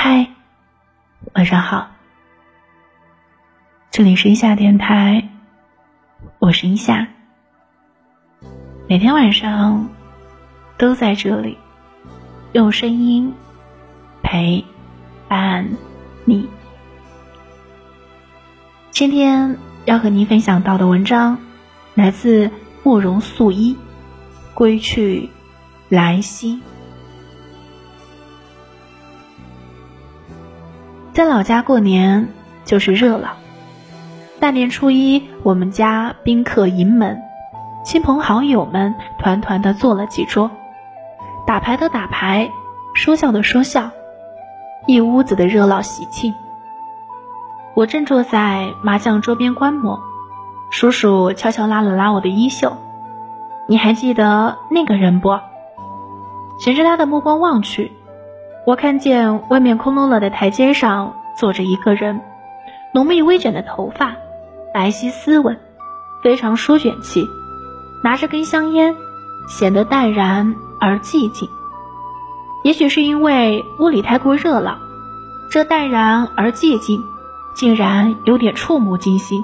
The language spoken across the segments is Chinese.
嗨，晚上好，这里是一夏电台，我是一夏，每天晚上都在这里用声音陪伴你。今天要和您分享到的文章来自慕容素一，归去来兮。在老家过年就是热闹，大年初一我们家宾客盈门，亲朋好友们团团的坐了几桌，打牌的打牌，说笑的说笑，一屋子的热闹喜庆。我正坐在麻将桌边观摩，叔叔悄悄拉了拉我的衣袖，你还记得那个人不？循着他的目光望去，我看见外面空落了的台阶上坐着一个人，浓密微卷的头发，白皙斯文，非常书卷气，拿着根香烟，显得淡然而寂静。也许是因为屋里太过热闹，这淡然而寂静竟然有点触目惊心。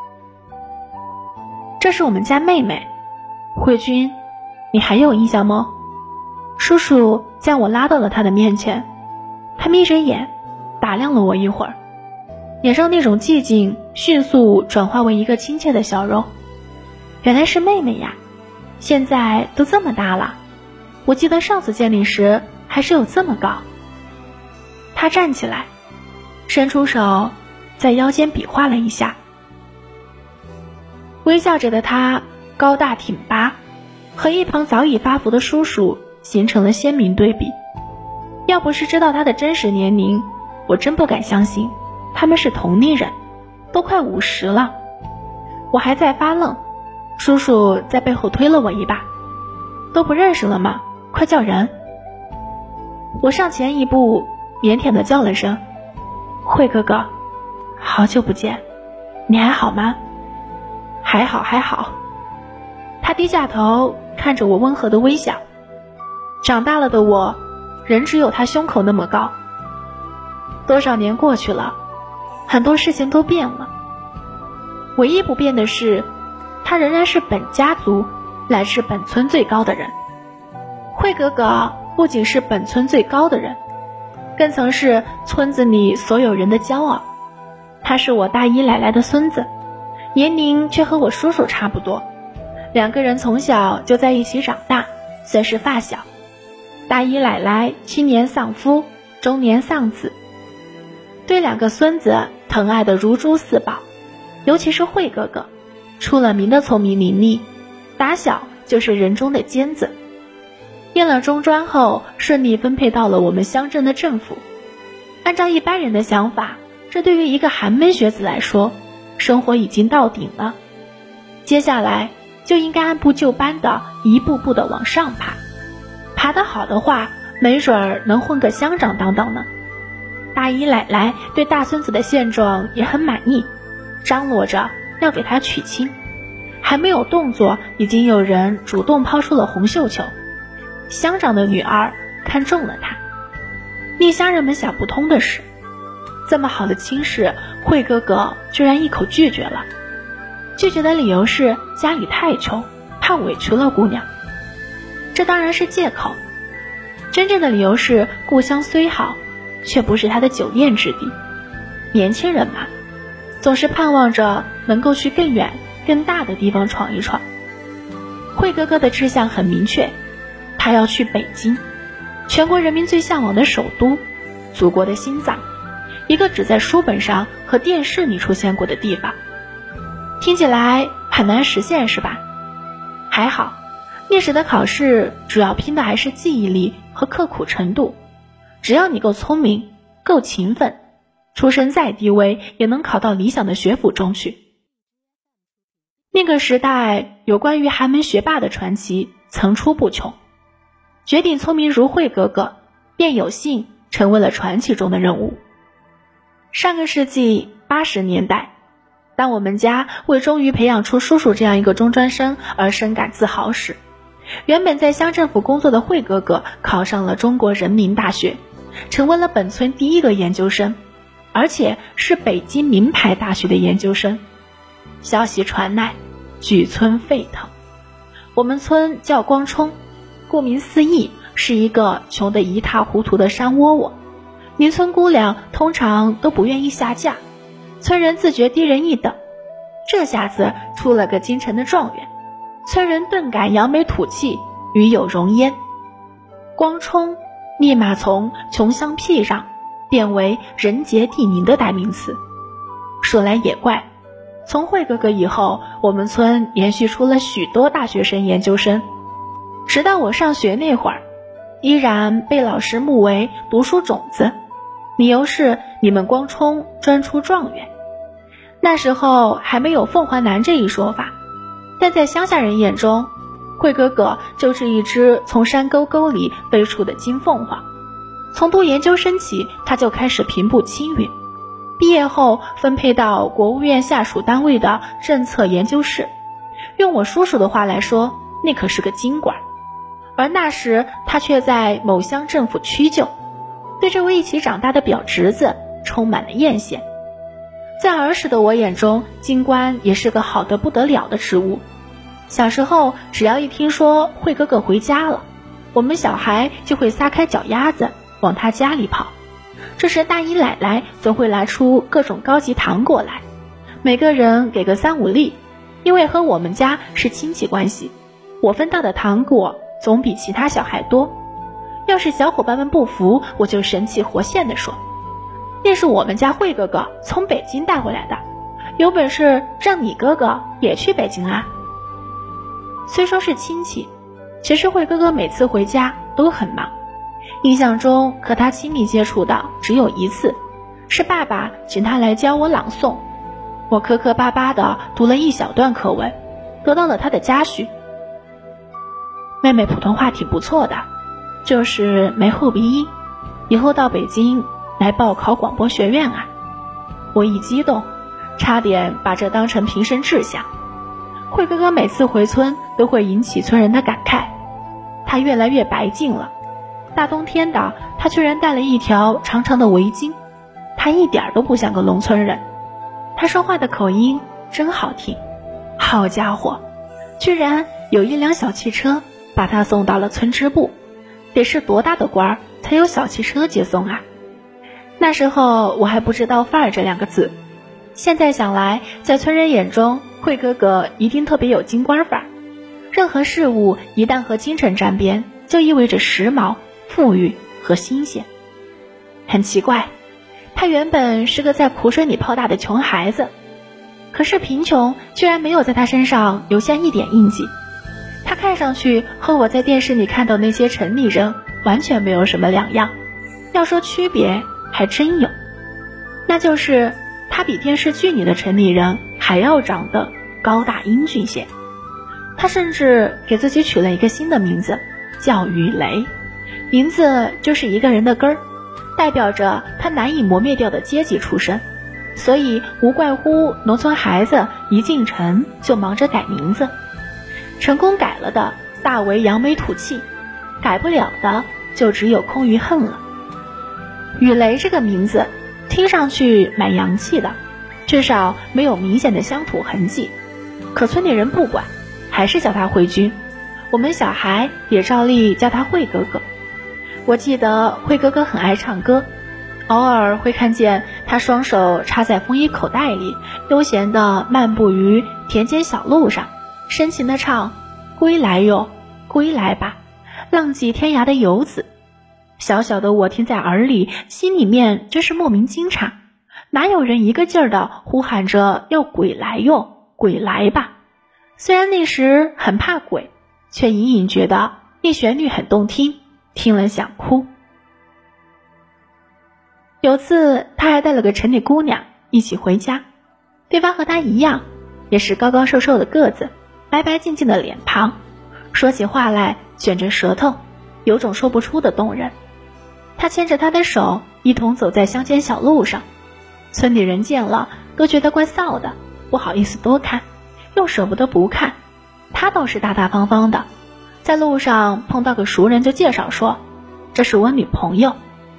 这是我们家妹妹慧君，你还有印象吗？叔叔将我拉到了他的面前，他眯着眼打量了我一会儿，脸上那种寂静迅速转化为一个亲切的笑容。原来是妹妹呀，现在都这么大了，我记得上次见你时还是有这么高。他站起来，伸出手在腰间比划了一下。微笑着的他高大挺拔，和一旁早已发福的叔叔形成了鲜明对比。要不是知道他的真实年龄，我真不敢相信他们是同龄人，都快50了。我还在发愣，叔叔在背后推了我一把，都不认识了吗？快叫人。我上前一步，腼腆地叫了声，慧哥哥，好久不见，你还好吗？还好还好。他低下头看着我温和的微笑。长大了的我，人只有他胸口那么高。多少年过去了，很多事情都变了，唯一不变的是，他仍然是本家族乃至本村最高的人。慧哥哥不仅是本村最高的人，更曾是村子里所有人的骄傲。他是我大姨奶奶的孙子，年龄却和我叔叔差不多，两个人从小就在一起长大，算是发小。大姨奶奶青年丧夫，中年丧子，对两个孙子疼爱得如珠似宝，尤其是慧哥哥，出了名的聪明伶俐，打小就是人中的尖子。验了中专后，顺利分配到了我们乡镇的政府。按照一般人的想法，这对于一个寒门学子来说，生活已经到顶了，接下来就应该按部就班的一步步的往上爬，爬得好的话，没准儿能混个乡长当当呢。大姨奶奶对大孙子的现状也很满意，张罗着要给他娶亲，还没有动作，已经有人主动抛出了红绣球。乡长的女儿看中了他。令乡人们想不通的是，这么好的亲事，慧哥哥居然一口拒绝了。拒绝的理由是家里太穷，怕委屈了姑娘。这当然是借口，真正的理由是故乡虽好，却不是他的久恋之地。年轻人嘛，总是盼望着能够去更远更大的地方闯一闯。慧哥哥的志向很明确，他要去北京，全国人民最向往的首都，祖国的心脏，一个只在书本上和电视里出现过的地方。听起来很难实现是吧？还好，历史的考试主要拼的还是记忆力和刻苦程度，只要你够聪明，够勤奋，出身再低微也能考到理想的学府中去。那个时代有关于寒门学霸的传奇层出不穷，绝顶聪明如慧哥哥便有幸成为了传奇中的人物。上个世纪80年代，当我们家为终于培养出叔叔这样一个中专生而深感自豪时，原本在乡政府工作的慧哥哥考上了中国人民大学， 成为了本村第一个研究生，而且是北京名牌大学的研究生。消息传来，举村沸腾。我们村叫光冲，顾名思义，是一个穷得一塌糊涂的山窝窝。邻村姑娘通常都不愿意下嫁，村人自觉低人一等。这下子出了个京城的状元，村人顿感扬眉吐气，与有荣焉。光冲立马从穷乡僻壤变为人杰地灵的代名词。说来也怪，从慧哥哥以后，我们村连续出了许多大学生研究生，直到我上学那会儿，依然被老师目为读书种子，理由是你们光冲专出状元。那时候还没有凤凰男这一说法，但在乡下人眼中，慧哥哥就是一只从山沟沟里飞出的金凤凰。从读研究生起，他就开始平步青云，毕业后分配到国务院下属单位的政策研究室，用我叔叔的话来说，那可是个金官。而那时他却在某乡政府屈就，对这位一起长大的表侄子充满了艳羡。在儿时的我眼中，京官也是个好得不得了的职务。小时候只要一听说慧哥哥回家了，我们小孩就会撒开脚丫子往他家里跑。这时大姨奶奶总会拿出各种高级糖果来，每个人给个3、5粒，因为和我们家是亲戚关系，我分到的糖果总比其他小孩多。要是小伙伴们不服，我就神气活现地说，那是我们家慧哥哥从北京带回来的，有本事让你哥哥也去北京啊。虽说是亲戚，其实慧哥哥每次回家都很忙。印象中和他亲密接触的只有一次，是爸爸请他来教我朗诵，我磕磕巴巴地读了一小段课文，得到了他的嘉许。妹妹普通话挺不错的，就是没后鼻音，以后到北京来报考广播学院啊。我一激动，差点把这当成平生志向。慧哥哥每次回村都会引起村人的感慨，他越来越白净了。大冬天的，他居然戴了一条长长的围巾，他一点都不像个农村人。他说话的口音真好听，好家伙，居然有一辆小汽车把他送到了村支部，得是多大的官儿才有小汽车接送啊。那时候我还不知道范儿这2个字，现在想来，在村人眼中，慧哥哥一定特别有京官范儿。任何事物一旦和京城沾边，就意味着时髦、富裕和新鲜。很奇怪，他原本是个在苦水里泡大的穷孩子，可是贫穷居然没有在他身上留下一点印记。他看上去和我在电视里看到那些城里人完全没有什么两样，要说区别还真有，那就是他比电视剧里的城里人还要长得高大英俊些。他甚至给自己取了一个新的名字，叫雨雷，名字就是一个人的根儿，代表着他难以磨灭掉的阶级出身。所以无怪乎农村孩子一进城就忙着改名字，成功改了的大为扬眉吐气，改不了的就只有空余恨了。雨雷这个名字听上去蛮洋气的，至少没有明显的乡土痕迹，可村里人不管，还是叫他慧君。我们小孩也照例叫他慧哥哥。我记得慧哥哥很爱唱歌，偶尔会看见他双手插在风衣口袋里，悠闲地漫步于田间小路上，深情地唱归来哟，归来吧，浪迹天涯的游子。小小的我听在耳里，心里面真是莫名惊诧，哪有人一个劲儿地呼喊着要鬼来哟，鬼来吧。虽然那时很怕鬼，却隐隐觉得那旋律很动听，听了想哭。有次他还带了个城里姑娘一起回家，对方和他一样，也是高高瘦瘦的个子，白白净净的脸庞，说起话来卷着舌头，有种说不出的动人。他牵着她的手一同走在乡间小路上，村里人见了都觉得怪臊的，不好意思多看，又舍不得不看。他倒是大大方方的，在路上碰到个熟人就介绍说，这是我女朋友。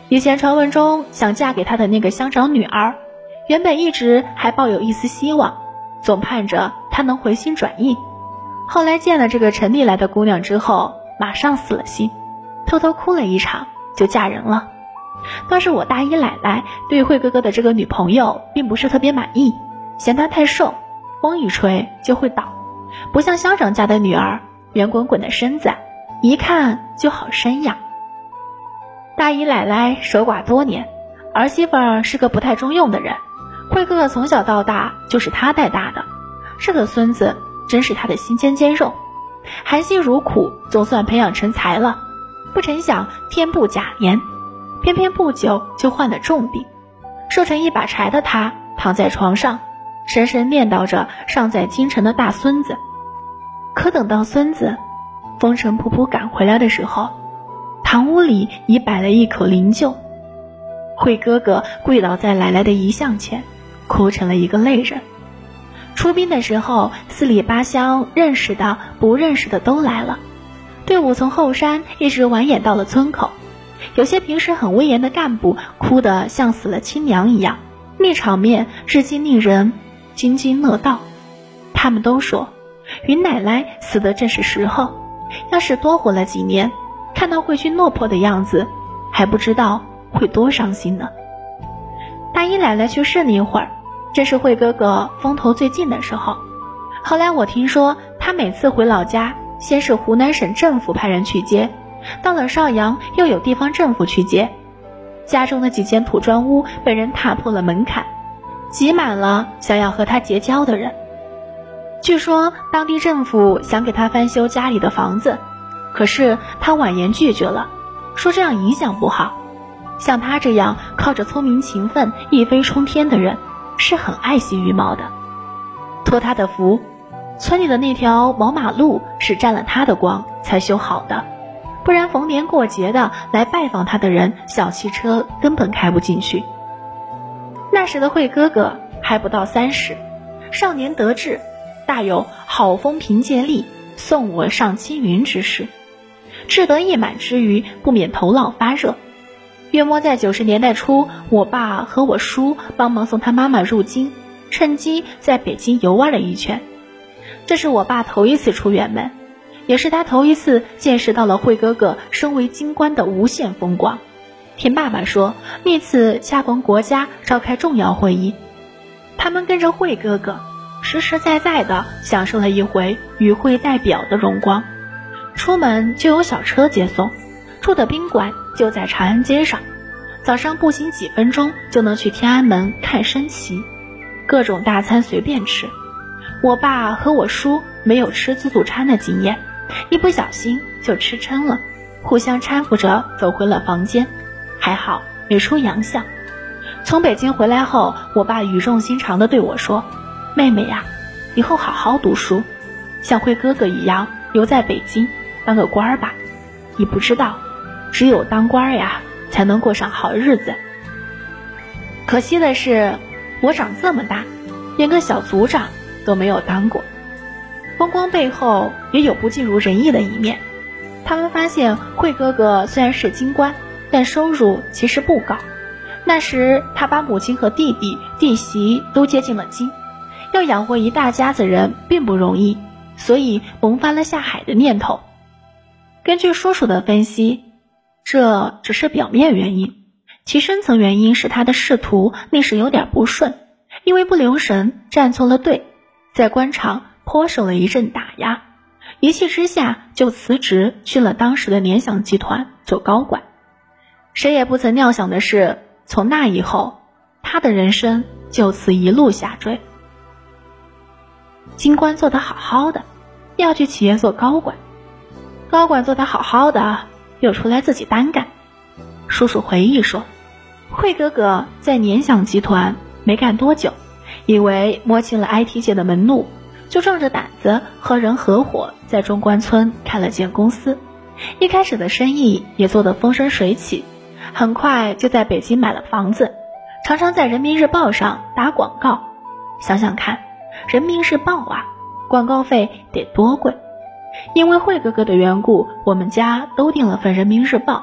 以前传闻中想嫁给他的那个乡长女儿，原本一直还抱有一丝希望，总盼着他能回心转意。后来见了这个城里来的姑娘之后，马上死了心，偷偷哭了一场就嫁人了。倒是我大姨奶奶对慧哥哥的这个女朋友并不是特别满意，嫌她太瘦，风一吹就会倒，不像乡长家的女儿圆滚滚的身子，一看就好生养。大姨奶奶守寡多年，儿媳妇儿是个不太中用的人，慧哥哥从小到大就是她带大的，这个孙子真是她的心尖尖肉，含辛茹苦总算培养成才了，不成想天不假年，偏偏不久就患了重病，瘦成一把柴的他躺在床上，深深念叨着尚在京城的大孙子。可等到孙子风尘仆仆赶回来的时候，堂屋里已摆了一口灵柩，慧哥哥跪倒在奶奶的遗像前，哭成了一个泪人。出殡的时候，四里八乡认识的不认识的都来了，队伍从后山一直蜿蜒到了村口，有些平时很威严的干部哭得像死了亲娘一样，那场面至今令人津津乐道。他们都说云奶奶死的正是时候，要是多活了几年，看到慧君落魄的样子，还不知道会多伤心呢。大姨奶奶去世那会儿，正是慧哥哥风头最劲的时候。后来我听说他每次回老家，先是湖南省政府派人去接，到了邵阳又有地方政府去接，家中的几间土砖屋被人踏破了门槛，挤满了想要和他结交的人。据说当地政府想给他翻修家里的房子，可是他婉言拒绝了，说这样影响不好。像他这样靠着聪明勤奋一飞冲天的人，是很爱惜羽毛的。托他的福，村里的那条毛马路是沾了他的光才修好的，不然逢年过节的来拜访他的人，小汽车根本开不进去。那时的慧哥哥还不到30，少年得志，大有好风凭借力，送我上青云之势。志得意满之余，不免头脑发热。约摸在90年代初，我爸和我叔帮忙送他妈妈入京，趁机在北京游玩了一圈。这是我爸头一次出远门，也是他头一次见识到了慧哥哥身为京官的无限风光。听爸爸说，那次恰逢国家召开重要会议，他们跟着慧哥哥实实在在地享受了一回与会代表的荣光。出门就有小车接送，住的宾馆就在长安街上，早上步行几分钟就能去天安门看升旗，各种大餐随便吃。我爸和我叔没有吃自助餐的经验，一不小心就吃撑了，互相搀扶着走回了房间，还好没出洋相。从北京回来后，我爸语重心长地对我说，妹妹呀，以后好好读书，像慧哥哥一样留在北京当个官吧，你不知道，只有当官呀才能过上好日子。可惜的是，我长这么大连个小组长都没有当过。风光背后也有不尽如人意的一面。他们发现慧哥哥虽然是京官，但收入其实不高。那时他把母亲和弟弟弟媳都接进了京，要养活一大家子人并不容易，所以萌发了下海的念头。根据叔叔的分析，这只是表面原因，其深层原因是他的仕途那时有点不顺，因为不留神站错了队，在官场颇受了一阵打压，一气之下就辞职去了当时的联想集团做高管。谁也不曾料想的是，从那以后他的人生就此一路下坠。京官做得好好的，要去企业做高管，高管做得好好的，又出来自己单干。叔叔回忆说，慧哥哥在联想集团没干多久，以为摸清了 IT 界的门路，就壮着胆子和人合伙在中关村开了间公司。一开始的生意也做得风生水起，很快就在北京买了房子，常常在人民日报上打广告。想想看，人民日报啊，广告费得多贵。因为慧哥哥的缘故，我们家都订了份人民日报，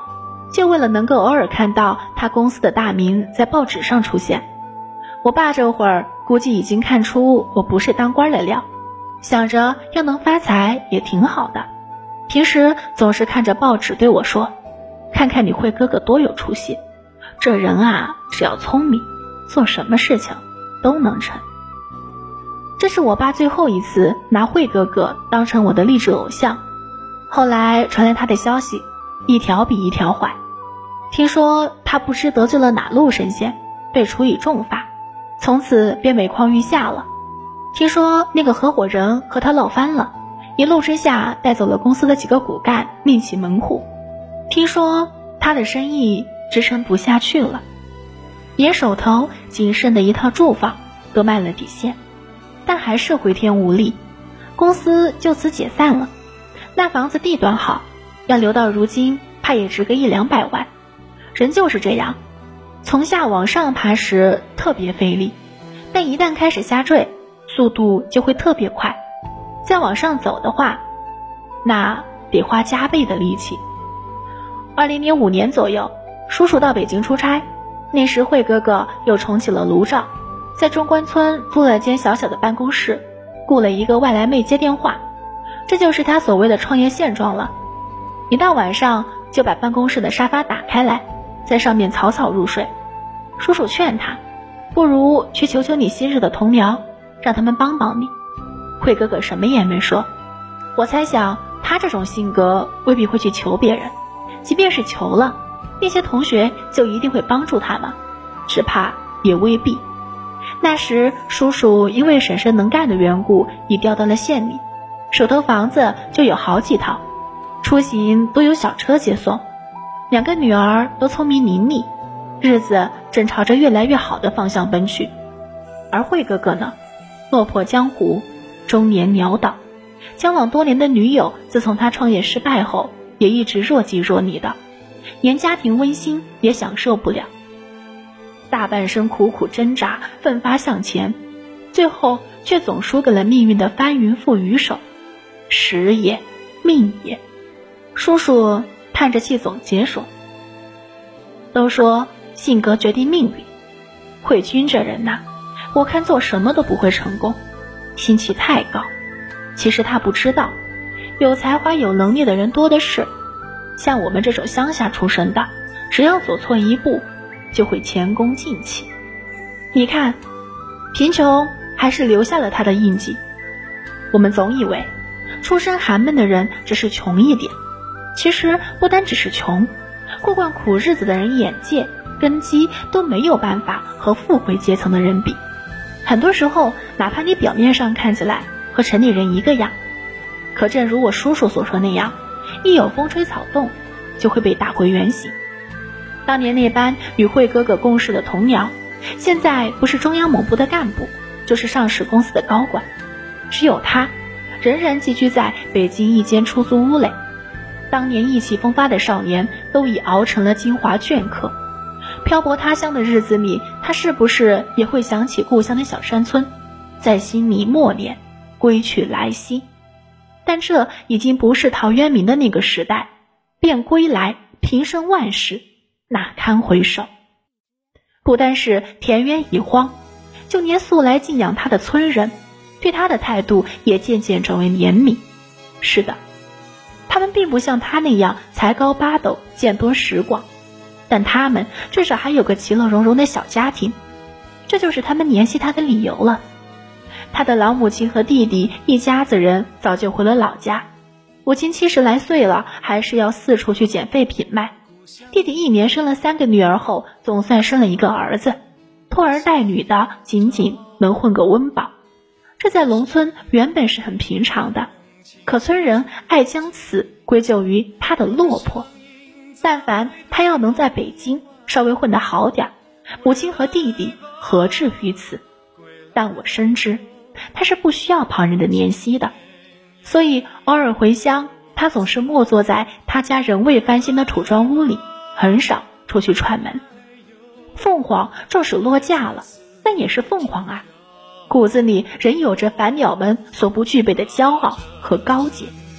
就为了能够偶尔看到他公司的大名在报纸上出现。我爸这会儿估计已经看出我不是当官的料，想着要能发财也挺好的，平时总是看着报纸对我说，看看你慧哥哥多有出息，这人啊，只要聪明，做什么事情都能成。这是我爸最后一次拿慧哥哥当成我的励志偶像。后来传来他的消息，一条比一条坏。听说他不知得罪了哪路神仙，被处以重罚，从此便每况愈下了。听说那个合伙人和他闹翻了，一怒之下带走了公司的几个骨干，另起门户。听说他的生意支撑不下去了，连手头仅剩的一套住房都卖了底线，但还是回天无力，公司就此解散了。那房子地段好，要留到如今怕也值个100-200万。人就是这样，从下往上爬时特别费力，但一旦开始下坠，速度就会特别快。再往上走的话，那得花加倍的力气。2005年左右，叔叔到北京出差，那时慧哥哥又重启了炉灶，在中关村租了间小小的办公室，雇了一个外来妹接电话，这就是他所谓的创业现状了。一到晚上就把办公室的沙发打开来，在上面草草入睡。叔叔劝他，不如去求求你昔日的同僚，让他们帮帮你。慧哥哥什么也没说。我猜想他这种性格未必会去求别人，即便是求了，那些同学就一定会帮助他吗？只怕也未必。那时叔叔因为婶婶能干的缘故，已调到了县里，手头房子就有好几套，出行都有小车接送，两个女儿都聪明伶俐，日子正朝着越来越好的方向奔去。而慧哥哥呢，落魄江湖，中年潦倒，交往多年的女友自从他创业失败后，也一直若即若离的，连家庭温馨也享受不了。大半生苦苦挣扎，奋发向前，最后却总输给了命运的翻云覆雨手。时也，命也。叔叔叹着气总结说，都说性格决定命运，慧君这人呐，我看做什么都不会成功，心气太高。其实他不知道，有才华有能力的人多的是，像我们这种乡下出身的，只要走错一步就会前功尽弃。你看，贫穷还是留下了他的印记。我们总以为出身寒门的人只是穷一点，其实不单只是穷，过惯苦日子的人眼界根基都没有办法和富贵阶层的人比。很多时候哪怕你表面上看起来和城里人一个样，可正如我叔叔所说那样，一有风吹草动就会被打回原形。当年那班与慧哥哥共事的同僚，现在不是中央某部的干部，就是上市公司的高管，只有他仍然寄居在北京一间出租屋里。当年意气风发的少年都已熬成了京华倦客，漂泊他乡的日子里，他是不是也会想起故乡的小山村，在心里默念归去来兮？但这已经不是陶渊明的那个时代，便归来平生万事，哪堪回首？不单是田园已荒，就连素来敬仰他的村人，对他的态度也渐渐转为怜悯。是的，他们并不像他那样才高八斗，见多识广，但他们至少还有个其乐融融的小家庭，这就是他们联系他的理由了。他的老母亲和弟弟一家子人早就回了老家，母亲70来岁了，还是要四处去捡废品卖。弟弟一年生了3个女儿后，总算生了一个儿子，拖儿带女的，仅仅能混个温饱。这在农村原本是很平常的，可村人爱将此归咎于他的落魄。但凡他要能在北京稍微混得好点，母亲和弟弟何至于此？但我深知他是不需要旁人的怜惜的，所以偶尔回乡，他总是默坐在他家仍未翻新的土庄屋里，很少出去串门。凤凰纵使落架了，那也是凤凰啊，骨子里仍有着凡鸟们所不具备的骄傲和高洁。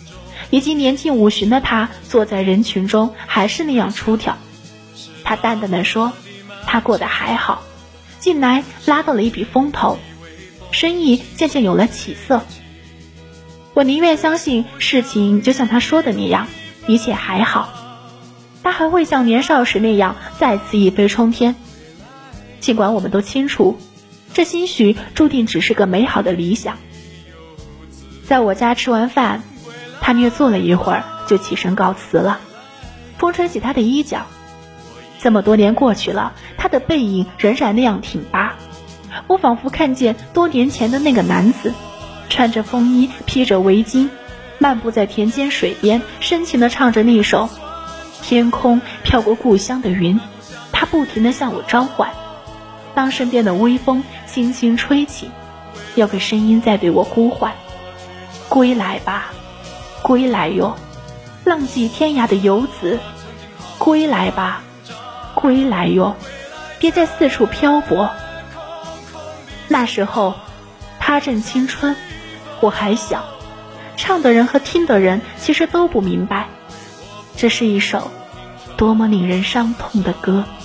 以及年近50的他坐在人群中还是那样出挑。他淡淡的说，他过得还好，近来拉到了一笔风头，生意渐渐有了起色。我宁愿相信事情就像他说的那样，一切还好，他还会像年少时那样再次一飞冲天。尽管我们都清楚，这兴许注定只是个美好的理想。在我家吃完饭，他略坐了一会儿就起身告辞了。风吹起他的衣角，这么多年过去了，他的背影仍然那样挺拔。我仿佛看见多年前的那个男子，穿着风衣，披着围巾，漫步在田间水边，深情地唱着那首天空飘过故乡的云。他不停地向我召唤，当身边的微风轻轻吹起，有个声音在对我呼唤，归来吧，归来哟，浪迹天涯的游子，归来吧，归来哟，别再四处漂泊。那时候他正青春，我还小，唱的人和听的人其实都不明白，这是一首多么令人伤痛的歌。